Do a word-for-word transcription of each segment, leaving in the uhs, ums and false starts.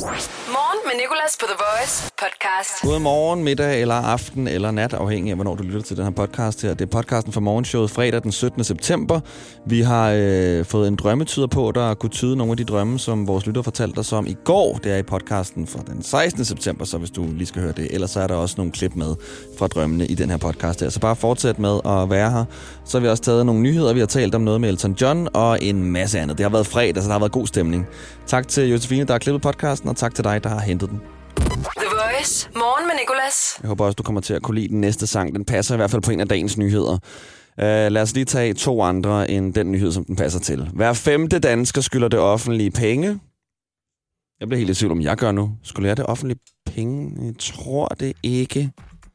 Morgen med Nicolas på The Voice podcast. God morgen, middag eller aften eller nat, afhængig af, hvornår du lytter til den her podcast her. Det er podcasten fra morgenshowet fredag den syttende september. Vi har øh, fået en drømmetyder på, der kunne tyde nogle af de drømme, som vores lytter fortalte os om i går. Det er i podcasten fra den sekstende september, så hvis du lige skal høre det. Ellers så er der også nogle klip med fra drømmene i den her podcast her. Så bare fortsæt med at være her. Så har vi også taget nogle nyheder. Vi har talt om noget med Elton John og en masse andet. Det har været fredag, så der har været god stemning. Tak til Josefine, der har klippet podcasten, og tak til dig, der har hentet den. The Voice. Morgen med Nicolas. Jeg håber også, du kommer til at kunne lide den næste sang. Den passer i hvert fald på en af dagens nyheder. Uh, lad os lige tage to andre end den nyhed, som den passer til. Hver femte dansker skylder det offentlige penge. Jeg bliver helt i tvivl, om jeg gør nu. Skylder jeg det offentlige penge? Jeg tror det ikke.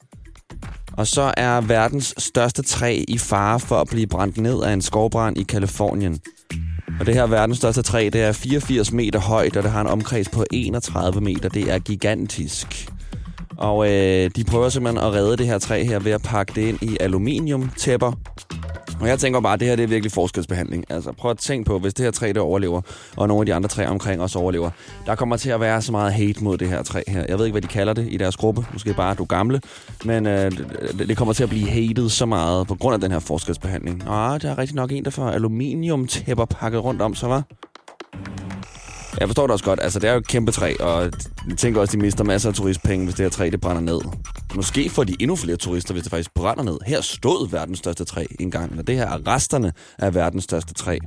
Og så er verdens største træ i fare for at blive brændt ned af en skovbrand i Californien. Og det her verdens største træ, det er fireogfirs meter højt, og det har en omkreds på enogtredive meter. Det er gigantisk. Og øh, de prøver simpelthen at redde det her træ her ved at pakke det ind i aluminiumtæpper. Og jeg tænker bare, at det her det er virkelig forskelsbehandling. Altså prøv at tænke på, hvis det her træ der overlever, og nogle af de andre træer omkring også overlever. Der kommer til at være så meget hate mod det her træ her. Jeg ved ikke, hvad de kalder det i deres gruppe. Måske bare, du er gamle. Men øh, det kommer til at blive hated så meget på grund af den her forskelsbehandling. Nå, der er rigtig nok en, der får aluminiumtæpper pakket rundt om, så hvad? Jeg forstår det også godt. Altså, det er jo et kæmpe træ, og jeg tænker også, de mister masser af turistpenge, hvis det her træ det brænder ned. Måske får de endnu flere turister, hvis det faktisk brænder ned. Her stod verdens største træ engang, og det her er resterne af verdens største træ.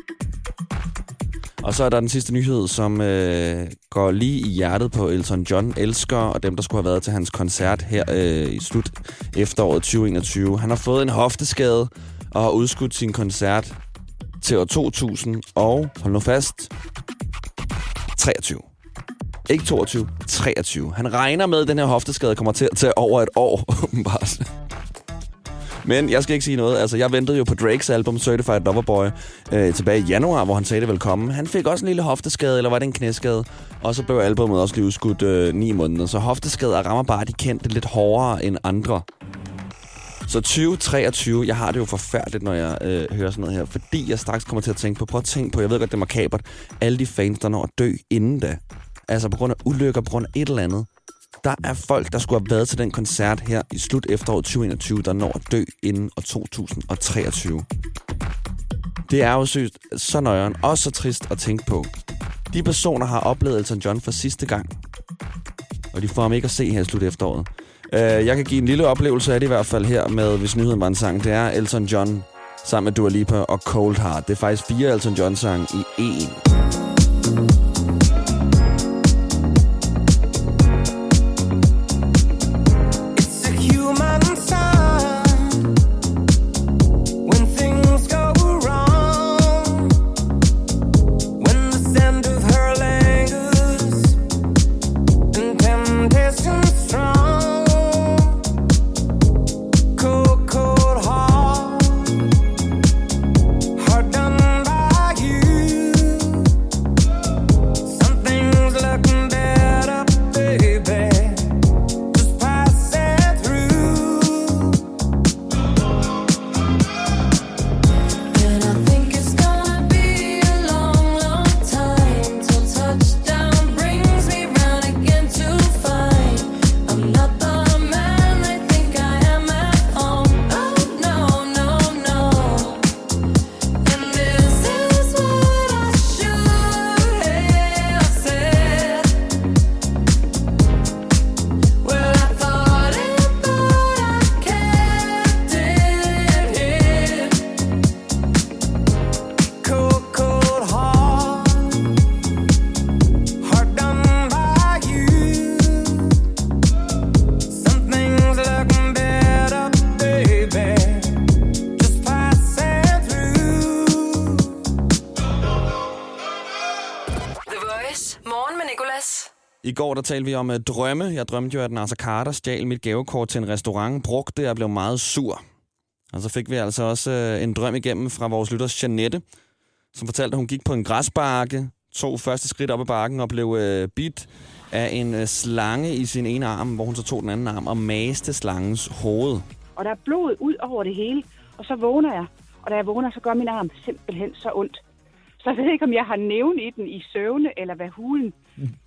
Og så er der den sidste nyhed, som øh, går lige i hjertet på Elton John elsker, og dem, der skulle have været til hans koncert her øh, i slut efteråret tyve enogtyve. Han har fået en hofteskade og har udskudt sin koncert til år to tusind, og hold nu fast, treogtyve. Ikke toogtyve, treogtyve. Han regner med, at den her hofteskade kommer til at tage over et år, åbenbart. Men jeg skal ikke sige noget. Altså, jeg ventede jo på Drakes album, Certified Lover Boy, øh, tilbage i januar, hvor han sagde det velkommen. Han fik også en lille hofteskade, eller var det en knæskade? Og så blev albumet også lige udskudt øh, ni måneder. Så hofteskader rammer bare de kendte lidt hårdere end andre. Så tyve treogtyve, jeg har det jo forfærdeligt, når jeg øh, hører sådan noget her, fordi jeg straks kommer til at tænke på, prøv at tænke på, jeg ved godt, det er makabert, alle de fans, der når at dø inden da. Altså på grund af ulykker, på grund af et eller andet. Der er folk, der skulle have været til den koncert her i slut efteråret tyve enogtyve, der når at dø inden år to tusind treogtyve. Det er jo seriøst så nøjeren og så trist at tænke på. De personer har oplevet Elton John for sidste gang, og de får ham ikke at se her i slut efteråret. Uh, jeg kan give en lille oplevelse af det i hvert fald her med, hvis nyheden var en sang. Det er Elton John sammen med Dua Lipa og Cold Heart. Det er faktisk fire Elton John-sange i én. I går der talte vi om uh, drømme. Jeg drømte jo, at Nasser Carter stjal mit gavekort til en restaurant, brugte det og blev meget sur. Og så fik vi altså også uh, en drøm igennem fra vores lytter Jeanette, som fortalte, at hun gik på en græsbakke, tog første skridt op ad bakken og blev uh, bidt af en uh, slange i sin ene arm, hvor hun så tog den anden arm og maste slangens hoved. Og der er blod ud over det hele, og så vågner jeg. Og da jeg vågner, så gør min arm simpelthen så ondt. Så jeg ved ikke, om jeg har nævnt i den i søvne, eller hvad hulen.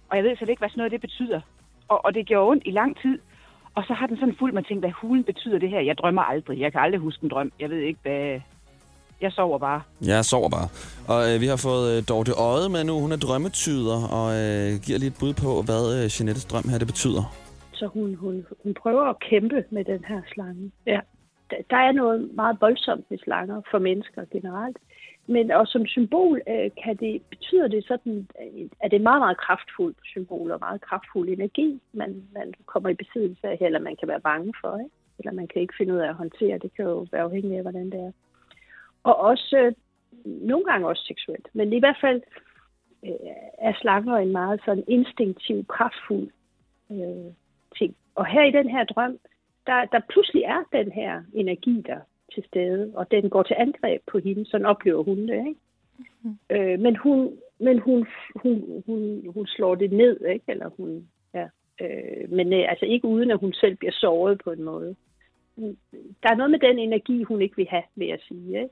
Og jeg ved slet ikke, hvad sådan noget det betyder. Og, og det gjorde ondt i lang tid. Og så har den sådan fuldt mig tænkt, hvad hulen betyder det her? Jeg drømmer aldrig. Jeg kan aldrig huske en drøm. Jeg ved ikke, hvad... Jeg sover bare. Jeg sover bare. Og øh, vi har fået øh, Dorte Odde med nu. Hun er drømmetyder og øh, giver lige et bud på, hvad øh, Jeanettes drøm her det betyder. Så hun, hun, hun prøver at kæmpe med den her slange. Ja. Der er noget meget voldsomt med slanger for mennesker generelt. Men også som symbol øh, kan det, betyder det sådan, at det er meget, meget kraftfuldt symbol og meget kraftfuld energi, man, man kommer i besiddelse af, eller man kan være bange for, ikke? Eller man kan ikke finde ud af at håndtere. Det kan jo være afhængigt af, hvordan det er. Og også, øh, nogle gange også seksuelt, men i hvert fald øh, er slanger en meget sådan instinktiv, kraftfuld øh, ting. Og her i den her drøm, der, der pludselig er den her energi der til stede, og den går til angreb på hende, sådan oplever hun det, ikke? Mm. Øh, men hun, men hun, hun, hun, hun slår det ned, ikke? Eller hun, ja, øh, men øh, altså ikke uden at hun selv bliver såret på en måde. Der er noget med den energi, hun ikke vil have, vil jeg sige, ikke?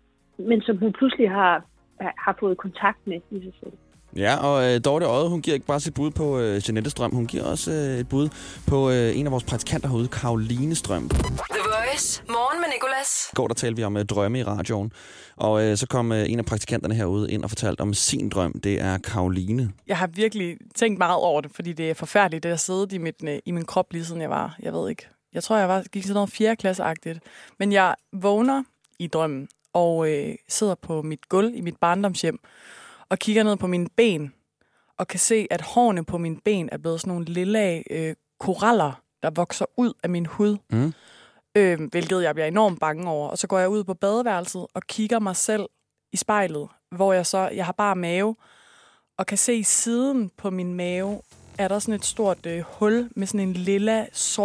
Men som hun pludselig har, har fået kontakt med i sig selv. Ja, og øh, Dorte Odde, hun giver ikke bare sit bud på øh, Jeanettes drøm, hun giver også øh, et bud på øh, en af vores praktikanter herude, Karolines drøm. The Voice. Morgen med Nicolas. I går der talte vi om øh, drømme i radioen, og øh, så kom øh, en af praktikanterne herude ind og fortalte om sin drøm. Det er Karoline. Jeg har virkelig tænkt meget over det, fordi det er forfærdeligt, det har siddet i, mit, i min krop lige siden jeg var, jeg ved ikke, jeg tror jeg var, gik til noget fjerde klasse-agtigt. Men jeg vågner i drømmen og øh, sidder på mit gulv i mit barndomshjem og kigger ned på mine ben og kan se, at hårene på mine ben er blevet sådan nogle lille øh, koraller, der vokser ud af min hud. Mm. Øh, hvilket jeg bliver enormt bange over. Og så går jeg ud på badeværelset og kigger mig selv i spejlet, hvor jeg så, jeg har bare mave, og kan se siden på min mave, er der sådan et stort øh, hul med sådan en lilla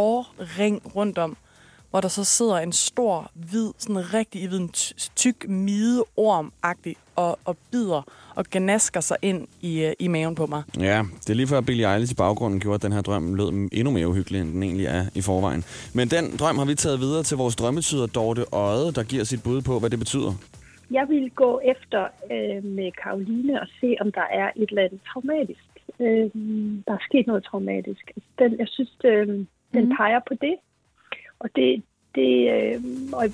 sårring rundt om, hvor der så sidder en stor, hvid, sådan rigtig hvid, tyk mideorm-agtig og, og bider og gnasker sig ind i, uh, i maven på mig. Ja, det er lige før Billie Eilish i baggrunden gjorde, at den her drøm lød endnu mere uhyggelig, end den egentlig er i forvejen. Men den drøm har vi taget videre til vores drømmetyder Dorte Odde, der giver sit bud på, hvad det betyder. Jeg vil gå efter øh, med Karoline og se, om der er et eller andet traumatisk. Øh, der er sket noget traumatisk. Den, jeg synes, øh, den mm. peger på det. Og det, det øh, og,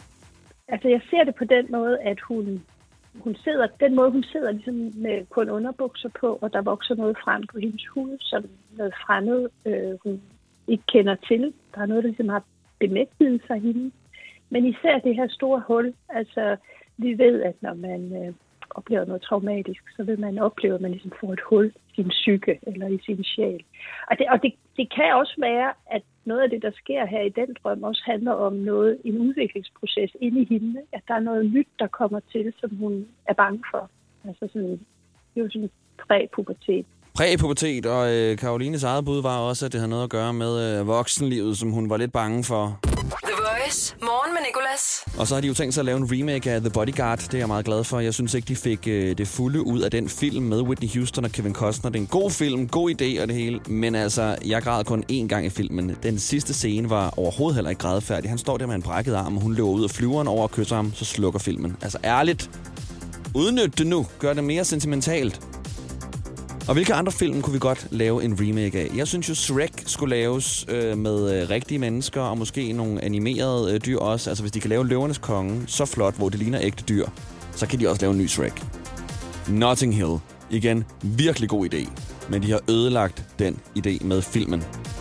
altså jeg ser det på den måde, at hun, hun sidder, den måde hun sidder ligesom med kun underbukser på, og der vokser noget frem på hendes hud, som noget fremmed, øh, hun ikke kender til. Der er noget, der ligesom har bemægtiget sig hende. Men især det her store hul, altså vi ved, at når man øh, oplever noget traumatisk, så vil man opleve, at man ligesom får et hul i sin psyke eller i sin sjæl. Og det, og det, det kan også være, at noget af det, der sker her i den drøm, også handler om noget, en udviklingsproces inde i hende. At der er noget nyt, der kommer til, som hun er bange for. Altså sådan, det er jo sådan præpubertet. Præpubertet, og øh, Karolines eget bud var også, at det havde noget at gøre med øh, voksenlivet, som hun var lidt bange for. The Voice. Morgen med Nicolas. Og så har de jo tænkt sig at lave en remake af The Bodyguard. Det er jeg meget glad for. Jeg synes ikke, de fik øh, det fulde ud af den film med Whitney Houston og Kevin Costner. Det er en god film, god idé og det hele. Men altså, jeg græd kun én gang i filmen. Den sidste scene var overhovedet heller ikke grædefærdig. Han står der med en brækket arm, og hun løber ud af flyveren over og kysser ham. Så slukker filmen. Altså ærligt. Udnyt det nu. Gør det mere sentimentalt. Og hvilke andre film kunne vi godt lave en remake af? Jeg synes jo, Shrek skulle laves øh, med øh, rigtige mennesker, og måske nogle animerede øh, dyr også. Altså hvis de kan lave Løvernes Konge så flot, hvor det ligner ægte dyr, så kan de også lave en ny Shrek. Notting Hill. Igen, virkelig god idé. Men de har ødelagt den idé med filmen.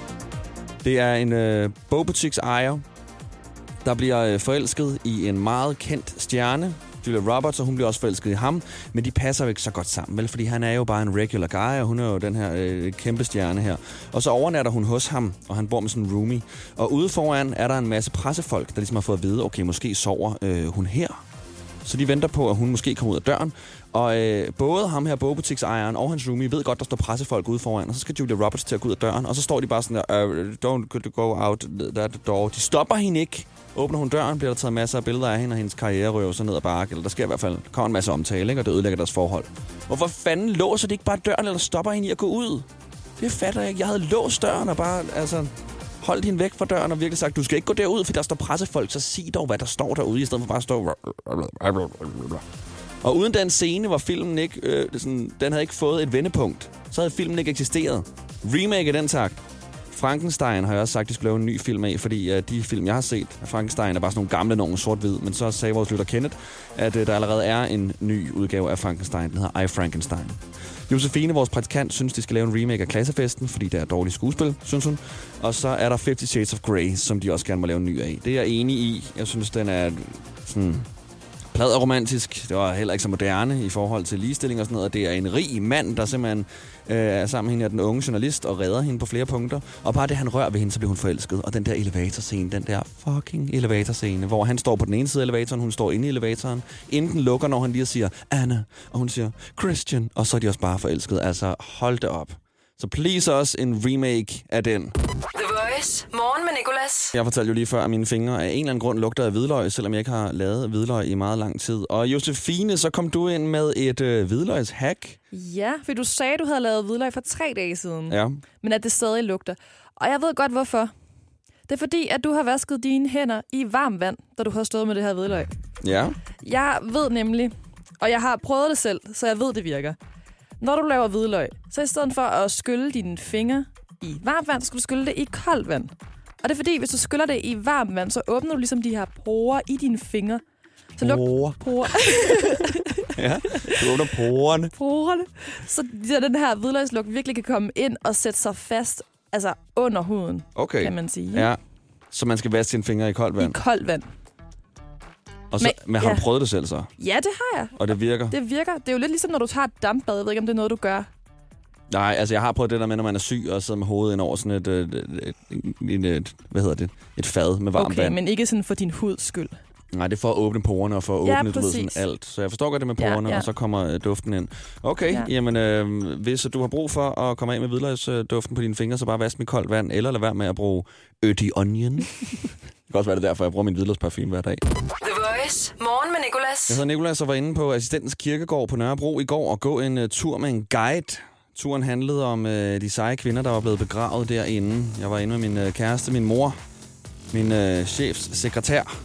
Det er en øh, bogbutiks ejer, der bliver øh, forelsket i en meget kendt stjerne, Julia Roberts, og hun bliver også forelsket i ham, men de passer jo ikke så godt sammen, vel? Fordi han er jo bare en regular guy, og hun er jo den her øh, kæmpe stjerne her. Og så overnatter hun hos ham, og han bor med sådan en roomie. Og ude foran er der en masse pressefolk, der ligesom har fået at vide, okay, måske sover øh, hun her. Så de venter på, at hun måske kommer ud af døren. Og øh, både ham her, bogbutiksejeren og hans roomie, ved godt, der står pressefolk ude foran, og så skal Julia Roberts til at gå ud af døren, og så står de bare sådan der, uh, don't go out that door. De stopper hende ikke. Åbner hun døren, bliver der taget masser af billeder af hende, og hendes karriere røver sig ned ad bakke. Eller der sker i hvert fald kommer en masse omtale, ikke? Og det ødelægger deres forhold. Hvorfor fanden låser de ikke bare døren, eller stopper hende i at gå ud? Det fatter jeg ikke. Jeg havde låst døren og bare, altså, holdt hende væk fra døren og virkelig sagt, du skal ikke gå derud, for der står pressefolk, så sig dog, hvad der står derude, i stedet for bare at stå. Og uden den scene, hvor filmen ikke, øh, sådan, den havde ikke fået et vendepunkt, så havde filmen ikke eksisteret. Remake af den tak. Frankenstein har jeg også sagt, at de skulle lave en ny film af, fordi uh, de film, jeg har set af Frankenstein, er bare sådan nogle gamle, nogle sort-hvid. Men så sagde vores lytter Kenneth, at uh, der allerede er en ny udgave af Frankenstein. Den hedder I, Frankenstein. Josefine, vores praktikant, synes, de skal lave en remake af Klassefesten, fordi det er dårligt skuespil, synes hun. Og så er der Fifty Shades of Grey, som de også gerne må lave en ny af. Det er jeg enig i. Jeg synes, den er sådan plad og romantisk. Det var heller ikke så moderne i forhold til ligestilling og sådan noget. Det er en rig mand, der simpelthen øh, er sammen med hende, den unge journalist, og redder hende på flere punkter. Og bare det, han rører ved hende, så bliver hun forelsket. Og den der elevatorscene, den der fucking elevatorscene, hvor han står på den ene side af elevatoren, hun står inde i elevatoren. Inden den lukker, når han lige siger, Anna, og hun siger, Christian. Og så er de også bare forelsket. Altså, hold det op. Så please også en remake af den. The Voice. Morgen med Nicolas. Jeg fortalte jo lige før, at mine fingre af en eller anden grund lugter af hvidløg, selvom jeg ikke har lavet hvidløg i meget lang tid. Og Josefine, så kom du ind med et øh, hvidløgshack. Ja, for du sagde, at du havde lavet hvidløg for tre dage siden. Ja. Men at det stadig lugter. Og jeg ved godt, hvorfor. Det er fordi, at du har vasket dine hænder i varmt vand, da du har stået med det her hvidløg. Ja. Jeg ved nemlig, og jeg har prøvet det selv, så jeg ved, det virker. Når du laver hvidløg, så i stedet for at skylle dine fingre i varmt vand, så skal du skylle det i koldt vand. Og det er fordi, hvis du skyller det i varmt vand, så åbner du ligesom de her porer i dine fingre. Så Porer? Porer. Ja, du åbner porerne. Porerne. Så den her hvidløgslugt virkelig kan komme ind og sætte sig fast, altså under huden, Okay. kan man sige. Ja, så man skal vaske sine fingre i koldt vand. I koldt vand. Og så, men, men har ja. du prøvet det selv så? Ja, det har jeg. Og det virker? Det virker. Det er jo lidt ligesom, når du tager et dampbad. Jeg ved ikke, om det er noget, du gør. Nej, altså jeg har prøvet det der med, når man er syg og sidder med hovedet ind over sådan et, et, et, et, et hvad hedder det, et fad med varmt okay, vand. men ikke sådan for din huds skyld. Nej, det er for at åbne porerne og for at Ja, åbne du ved, præcis. sådan alt. Så jeg forstår godt det med porerne, Ja, ja. og så kommer øh, duften ind. Okay, Ja. jamen øh, hvis du har brug for at komme af med hvidløgsduften på dine fingre, så bare vask med koldt vand, eller lad være med at bruge Earthy Onion. Det kan også være det derfor, jeg bruger min hvidløgsparfume hver dag. The Voice. Morgen med Nicolas. Jeg hedder Nicolas og var inde på Assistentens Kirkegård på Nørrebro i går og gå en uh, tur med en guide. Turen handlede om uh, de seje kvinder, der var blevet begravet derinde. Jeg var inde med min uh, kæreste, min mor, min uh, chefs sekretær.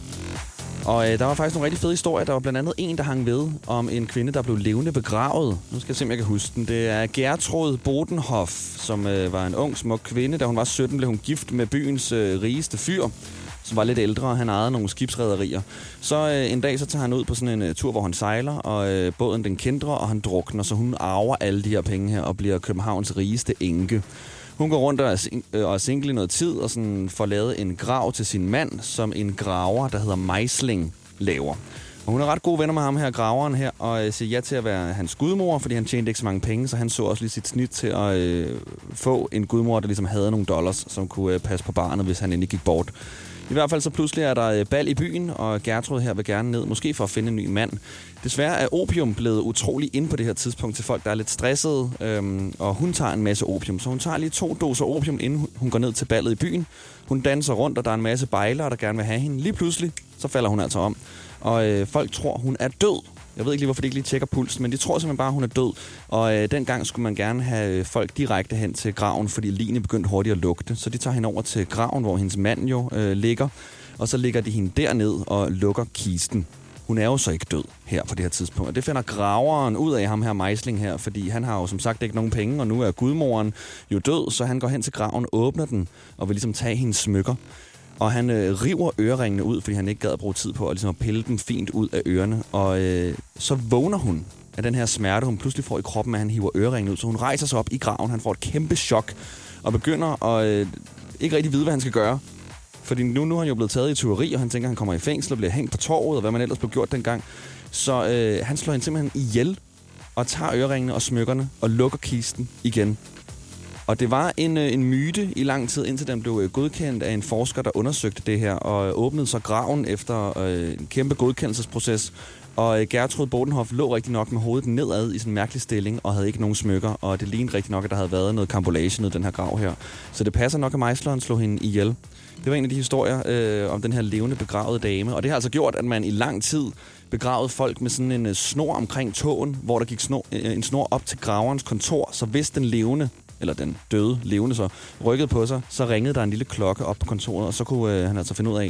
Og øh, der var faktisk nogle rigtig fede historier. Der var blandt andet en, der hang ved om en kvinde, der blev levende begravet. Nu skal jeg se, om jeg kan huske den. Det er Gertrud Bodenhoff, som øh, var en ung, smuk kvinde. Da hun var sytten, blev hun gift med byens øh, rigeste fyr, som var lidt ældre, og han ejede nogle skibsrederier. Så øh, en dag så tager han ud på sådan en øh, tur, hvor han sejler, og øh, båden den kæntrer, og han drukner, så hun arver alle de her penge her og bliver Københavns rigeste enke. Hun går rundt og er, sing- og er single i noget tid, og sådan får lavet en grav til sin mand, som en graver, der hedder Meisling, laver. Og hun er ret gode venner med ham her, graveren her, og øh, siger ja til at være hans gudmor, fordi han tjente ikke så mange penge, så han så også lige sit snit til at øh, få en gudmor, der ligesom havde nogle dollars, som kunne øh, passe på barnet, hvis han endelig gik bort. I hvert fald så pludselig er der øh, bal i byen, og Gertrud her vil gerne ned, måske for at finde en ny mand. Desværre er opium blevet utrolig ind på det her tidspunkt til folk, der er lidt stressede, øhm, og hun tager en masse opium. Så hun tager lige to doser opium, inden hun går ned til ballet i byen. Hun danser rundt, og der er en masse bejlere, der gerne vil have hende. Lige pludselig, så falder hun altså om. Og øh, folk tror, hun er død. Jeg ved ikke lige, hvorfor de ikke lige tjekker pulsen, men de tror simpelthen bare, at hun er død. Og øh, dengang skulle man gerne have folk direkte hen til graven, fordi ligene begyndte hurtigt at lugte. Så de tager hende over til graven, hvor hendes mand jo øh, ligger. Og så ligger de hende derned og lukker kisten. Hun er jo så ikke død her på det her tidspunkt. Og det finder graveren ud af ham her, Meisling her, fordi han har jo som sagt ikke nogen penge, og nu er gudmoren jo død, så han går hen til graven, åbner den og vil ligesom tage hendes smykker. Og han øh, river øreringene ud, fordi han ikke gad at bruge tid på at, ligesom at pille dem fint ud af ørerne. Og øh, så vågner hun af den her smerte, hun pludselig får i kroppen, at han hiver øreringene ud. Så hun rejser sig op i graven, han får et kæmpe chok og begynder at øh, ikke rigtig vide, hvad han skal gøre. Fordi nu, nu er han jo blevet taget i tyveri, og han tænker, at han kommer i fængsel og bliver hængt på torvet, og hvad man ellers blev gjort dengang. Så øh, han slår hende simpelthen ihjel og tager øreringene og smykkerne og lukker kisten igen. Og det var en, en myte i lang tid, indtil den blev godkendt af en forsker, der undersøgte det her, og åbnede så graven efter øh, en kæmpe godkendelsesproces. Og Gertrud Bodenhoff lå rigtig nok med hovedet nedad i sådan en mærkelig stilling, og havde ikke nogen smykker, og det lignede rigtig nok, at der havde været noget kambolage nede i den her grav her. Så det passer nok, at Meisleren slog hende ihjel. Det var en af de historier øh, om den her levende begravede dame, og det har altså gjort, at man i lang tid begravede folk med sådan en uh, snor omkring tåen, hvor der gik snor, øh, en snor op til graverens kontor, så hvis den levende, eller den døde levende så, rykkede på sig, så ringede der en lille klokke op på kontoret, og så kunne øh, han altså finde ud af,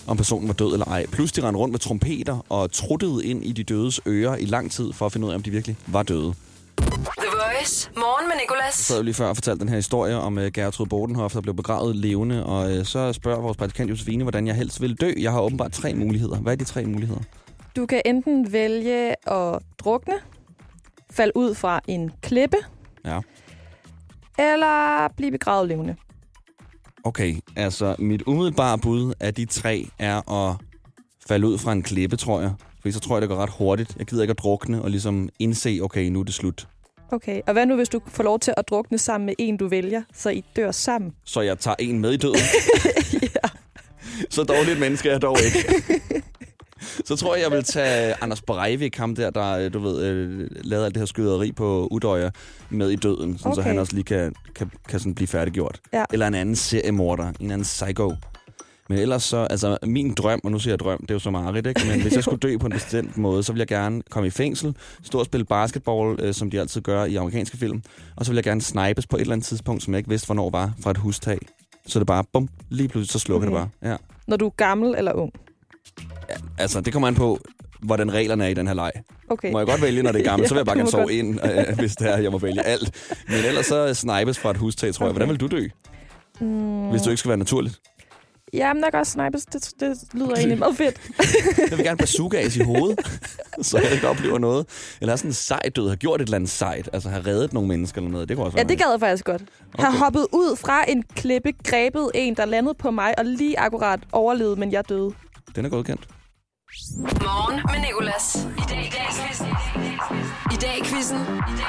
om personen var død eller ej. Plus de rendte rundt med trompeter og truttede ind i de dødes ører i lang tid for at finde ud af, om de virkelig var døde. The Voice. Morgen med Nicolas. Jeg sad jo lige før og fortalte den her historie om uh, Gertrud Bodenhoff, der blev begravet levende. Og uh, så spørger vores praktikant Josefine, hvordan jeg helst vil dø. Jeg har åbenbart tre muligheder. Hvad er de tre muligheder? Du kan enten vælge at drukne, falde ud fra en klippe, Ja. eller blive begravet levende. Okay, altså mit umiddelbare bud af de tre er at falde ud fra en klippe, tror jeg. For så tror jeg, det går ret hurtigt. Jeg gider ikke at drukne og ligesom indse, okay, nu er det slut. Okay, og hvad nu, hvis du får lov til at drukne sammen med en, du vælger, så I dør sammen? Så jeg tager en med i døden? Ja. Så dårligt menneske er jeg dog ikke. Så tror jeg, jeg vil tage Anders Breivik, ham der, der du ved, øh, lavede alt det her skyderi på Udøjer med i døden, sådan, okay. Så han også lige kan, kan, kan sådan blive færdiggjort. Ja. Eller en anden seriemorder, en anden psycho. Men ellers så, altså min drøm, og nu siger jeg drøm, det er jo så meget, ikke? Men hvis jeg skulle dø på en bestemt måde, så ville jeg gerne komme i fængsel, stå og spille basketball, øh, som de altid gør i amerikanske film, og så ville jeg gerne snipes på et eller andet tidspunkt, som jeg ikke vidste, hvornår var, fra et hustag. Så det bare, bum, lige pludselig, så slukker okay. det bare. Ja. Når du er gammel eller ung? Ja, altså, det kommer an på, hvordan reglerne er i den her leg. Okay. Må jeg godt vælge, når det er gammelt, ja, så vil jeg bare gerne sove godt. ind, øh, hvis det er, jeg må vælge alt. Men ellers så snipes fra et hustag, tror jeg. Okay. Hvordan vil du dø? Mm. Hvis du ikke skal være naturligt? Jamen, der kan også snipes. Det, det lyder egentlig meget fedt. Jeg vil gerne bazooka-as i hovedet, så jeg ikke oplever noget. Eller have sådan en sej død, have gjort et eller andet sejt. Altså have reddet nogle mennesker eller noget. Det kunne også ja, være det gad jeg faktisk godt. Okay. Har hoppet ud fra en klippe, grebet en, der landede på mig, og lige akkurat overlevede, men jeg døde. Den er godkendt. Morgen med Nicolas. I dag i quizzen. I dag i quizzen.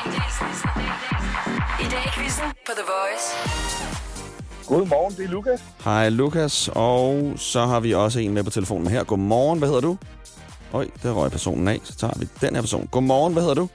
I dag i quizzen på The Voice. Godmorgen, det er Lukas. Hej Lukas, og så har vi også en med på telefonen her. Godmorgen, hvad hedder du? Øj, der røg personen af, så tager vi den her person. Godmorgen, hvad hedder du?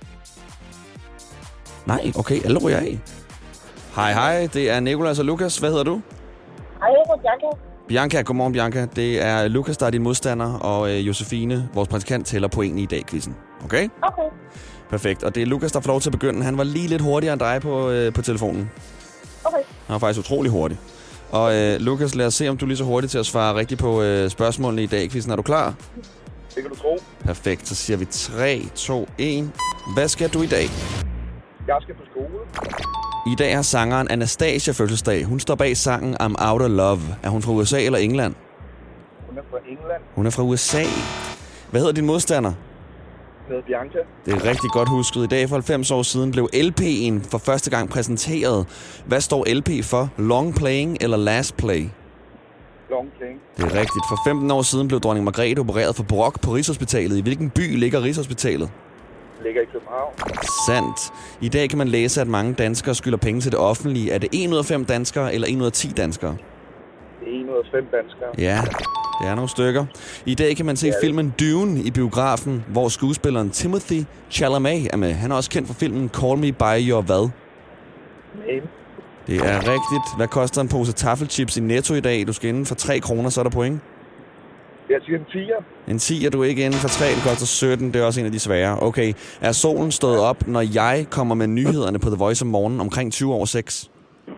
Nej, okay, alle ryger af. Hej, hej, det er Nicolas og Lukas. Hvad hedder du? Hej, jeg hedder Bianca. Bianca, godmorgen Bianca. Det er Lukas, der er din modstander, og øh, Josefine, vores praktikant, tæller pointen i dag, quizzen. Okay? Okay. Perfekt, og det er Lukas, der får lov til at begynde. Han var lige lidt hurtigere end dig på, øh, på telefonen. Okay. Han var faktisk utrolig hurtig. Og øh, Lukas, lad os se, om du er lige så hurtig til at svare rigtigt på øh, spørgsmålene i dag. Quizzen, er du klar? Det kan du tro. Perfekt, så siger vi tre, to, et. Hvad skal du i dag? Jeg skal på skole. I dag har sangeren Anastasia fødselsdag. Hun står bag sangen I'm Out of Love. Er hun fra U S A eller England? Hun er fra England. Hun er fra U S A. Hvad hedder din modstander? Med Bianca. Det er rigtig godt husket. I dag for halvfems år siden blev L P'en for første gang præsenteret. Hvad står L P for? Long Playing eller Last Play? Long Playing. Det er rigtigt. For femten år siden blev dronning Margrethe opereret for brok på Rigshospitalet. I hvilken by ligger Rigshospitalet? Ligger i København. Sandt. I dag kan man læse, at mange danskere skylder penge til det offentlige. Er det en ud af fem danskere eller en ud af ti danskere? Det er en ud af fem danskere. Ja, det er nogle stykker. I dag kan man se filmen Dune i biografen, hvor skuespilleren Timothy Chalamet er med. Han er også kendt for filmen Call Me By Your hvad? Name. Det er rigtigt. Hvad koster en pose taffelchips i Netto i dag? Du skal inden for tre kroner, så er der point. Jeg siger en tiger. En ti er du ikke inden for tre, det koster sytten. Det er også en af de svære. Okay, er solen stået op, når jeg kommer med nyhederne på The Voice om morgenen omkring tyve over seks? Øh,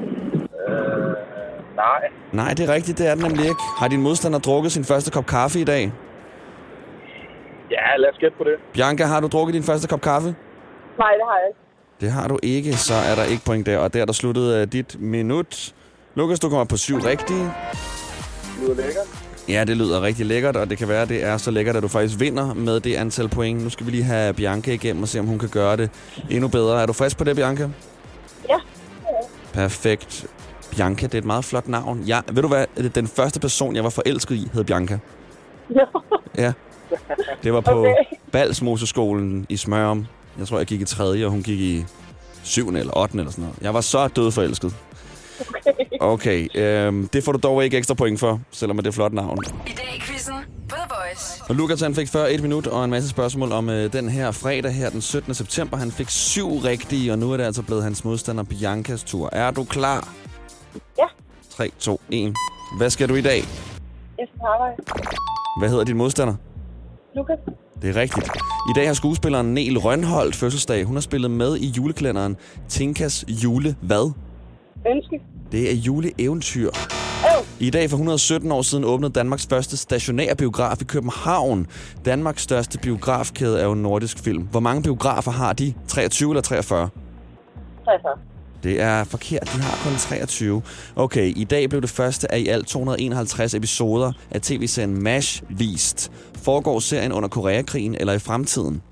nej. Nej, det er rigtigt, det er den nemlig ikke. Har din modstander drukket sin første kop kaffe i dag? Ja, lad os gætte på det. Bianca, har du drukket din første kop kaffe? Nej, det har jeg ikke. Det har du ikke, så er der ikke point der. Og der der sluttede uh, dit minut. Lukas, du kommer på syv rigtige. Lyder lækkert. Ja, det lyder rigtig lækkert, og det kan være, at det er så lækkert, at du faktisk vinder med det antal point. Nu skal vi lige have Bianca igennem og se, om hun kan gøre det endnu bedre. Er du frisk på det, Bianca? Ja. Perfekt. Bianca, det er et meget flot navn. Ja, ved du hvad? Den første person, jeg var forelsket i, hed Bianca. Ja. Ja. Det var på Okay. Balsmoseskolen i Smørum. Jeg tror, jeg gik i tredje, og hun gik i syvende eller ottende eller sådan noget. Jeg var så død forelsket. Okay. Okay, øhm, det får du dog ikke ekstra point for, selvom det er flot navn. I dag i quizzen på The Voice. Og Lukas, han fik før et minut og en masse spørgsmål om øh, den her fredag her den syttende september. Han fik syv rigtige, og nu er det altså blevet hans modstander Biancas tur. Er du klar? Ja. tre, to, et. Hvad skal du i dag? Jeg skal på arbejde. Hvad hedder din modstander? Lukas. Det er rigtigt. I dag har skuespilleren Nel Rønholdt fødselsdag. Hun har spillet med i julekalenderen Tinkas Jule hvad? Ønske. Det er juleeventyr. Oh. I dag for et hundrede og sytten år siden åbnede Danmarks første stationære biograf i København. Danmarks største biografkæde er jo en nordisk film. Hvor mange biografer har de? treogtyve eller treogfyrre? treogfyrre. Det er forkert. De har kun treogtyve. Okay, i dag blev det første af i alt to hundrede og enoghalvtreds episoder af tv-serien MASH vist. Foregår serien under Koreakrigen eller i fremtiden?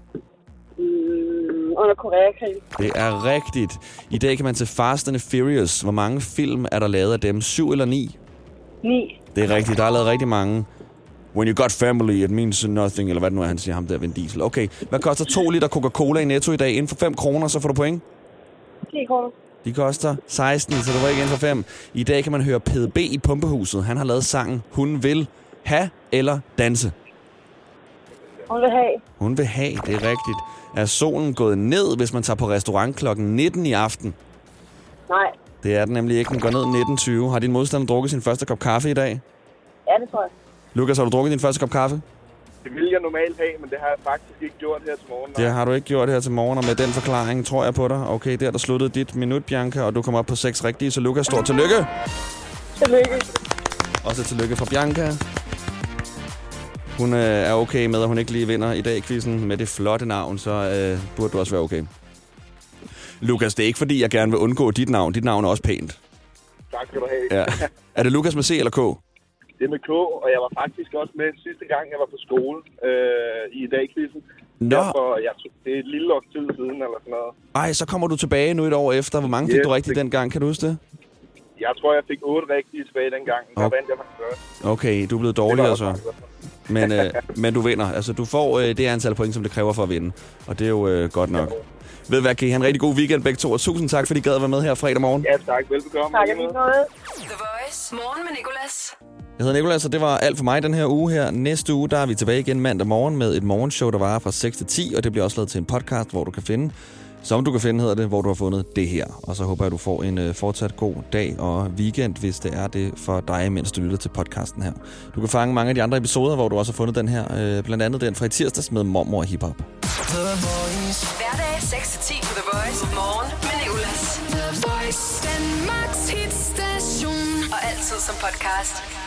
Mm, under Koreakrigen. Det er rigtigt. I dag kan man til Fast and Furious. Hvor mange film er der lavet af dem? Syv eller ni? ni. Det er rigtigt. Der er lavet rigtig mange. When you got family, it means nothing. Eller hvad det nu er, han siger ham der, Vin Diesel. Okay, hvad koster to liter Coca-Cola i Netto i dag? Inden for fem kroner, så får du point. ti kroner. De koster seksten, så du var ikke inden for fem. I dag kan man høre P D B i Pumpehuset. Han har lavet sangen Hun vil have eller danse. Hun vil have. Hun vil have, det er rigtigt. Er solen gået ned, hvis man tager på restaurant klokken nitten i aften? Nej. Det er den nemlig ikke. Den går ned nitten tyve. Har din modstander drukket sin første kop kaffe i dag? Ja, det tror jeg. Lukas, har du drukket din første kop kaffe? Det ville jeg normalt have, men det har jeg faktisk ikke gjort her til morgen. Det har du ikke gjort her til morgen, og med den forklaring tror jeg på dig. Okay, der der sluttede dit minut, Bianca, og du kommer op på seks rigtige, så Lukas står tillykke. Tillykke. Også tillykke fra Bianca. Hun øh, er okay med, at hun ikke lige vinder i dag i quizzen med det flotte navn, så øh, burde du også være okay. Lukas, det er ikke fordi, jeg gerne vil undgå dit navn. Dit navn er også pænt. Tak skal du have. Ja. Er det Lukas med C eller K? Det er med K, og jeg var faktisk også med sidste gang, jeg var på skole øh, i dag-quizzen. Nå. Derfor, jeg, det er et lille års tid siden, eller sådan noget. Ej, så kommer du tilbage nu et år efter. Hvor mange fik Yes, du rigtigt det- dengang? Kan du huske det? Jeg tror, jeg fik otte rigtige tilbage dengang. Der Okay. vandt jeg faktisk først. Okay, du er blevet Det var dårligere også så. meget godt. Men, øh, men du vinder. Altså, du får øh, det antal point, som det kræver for at vinde. Og det er jo øh, godt nok. Ved du hvad, kan I have en rigtig god weekend begge to. Og tusind tak, fordi I gad at være med her fredag morgen. Ja, tak. Velbekomme. Tak, jeg fik noget. The Voice. Morgen med Nicolas. Jeg hedder Nicolas, og det var alt for mig den her uge her. Næste uge, der er vi tilbage igen mandag morgen med et morgenshow, der varer fra seks til ti. Og det bliver også lavet til en podcast, hvor du kan finde, som du kan finde, hedder det, hvor du har fundet det her. Og så håber jeg, at du får en øh, fortsat god dag og weekend, hvis det er det for dig, mens du lytter til podcasten her. Du kan fange mange af de andre episoder, hvor du også har fundet den her. Øh, blandt andet den fra i tirsdags med Mormor og Hip-Hop. Hverdag seks til ti på The Voice. Morgen med Nicolas. The Voice. Danmarks hitstation. Og altid som podcast.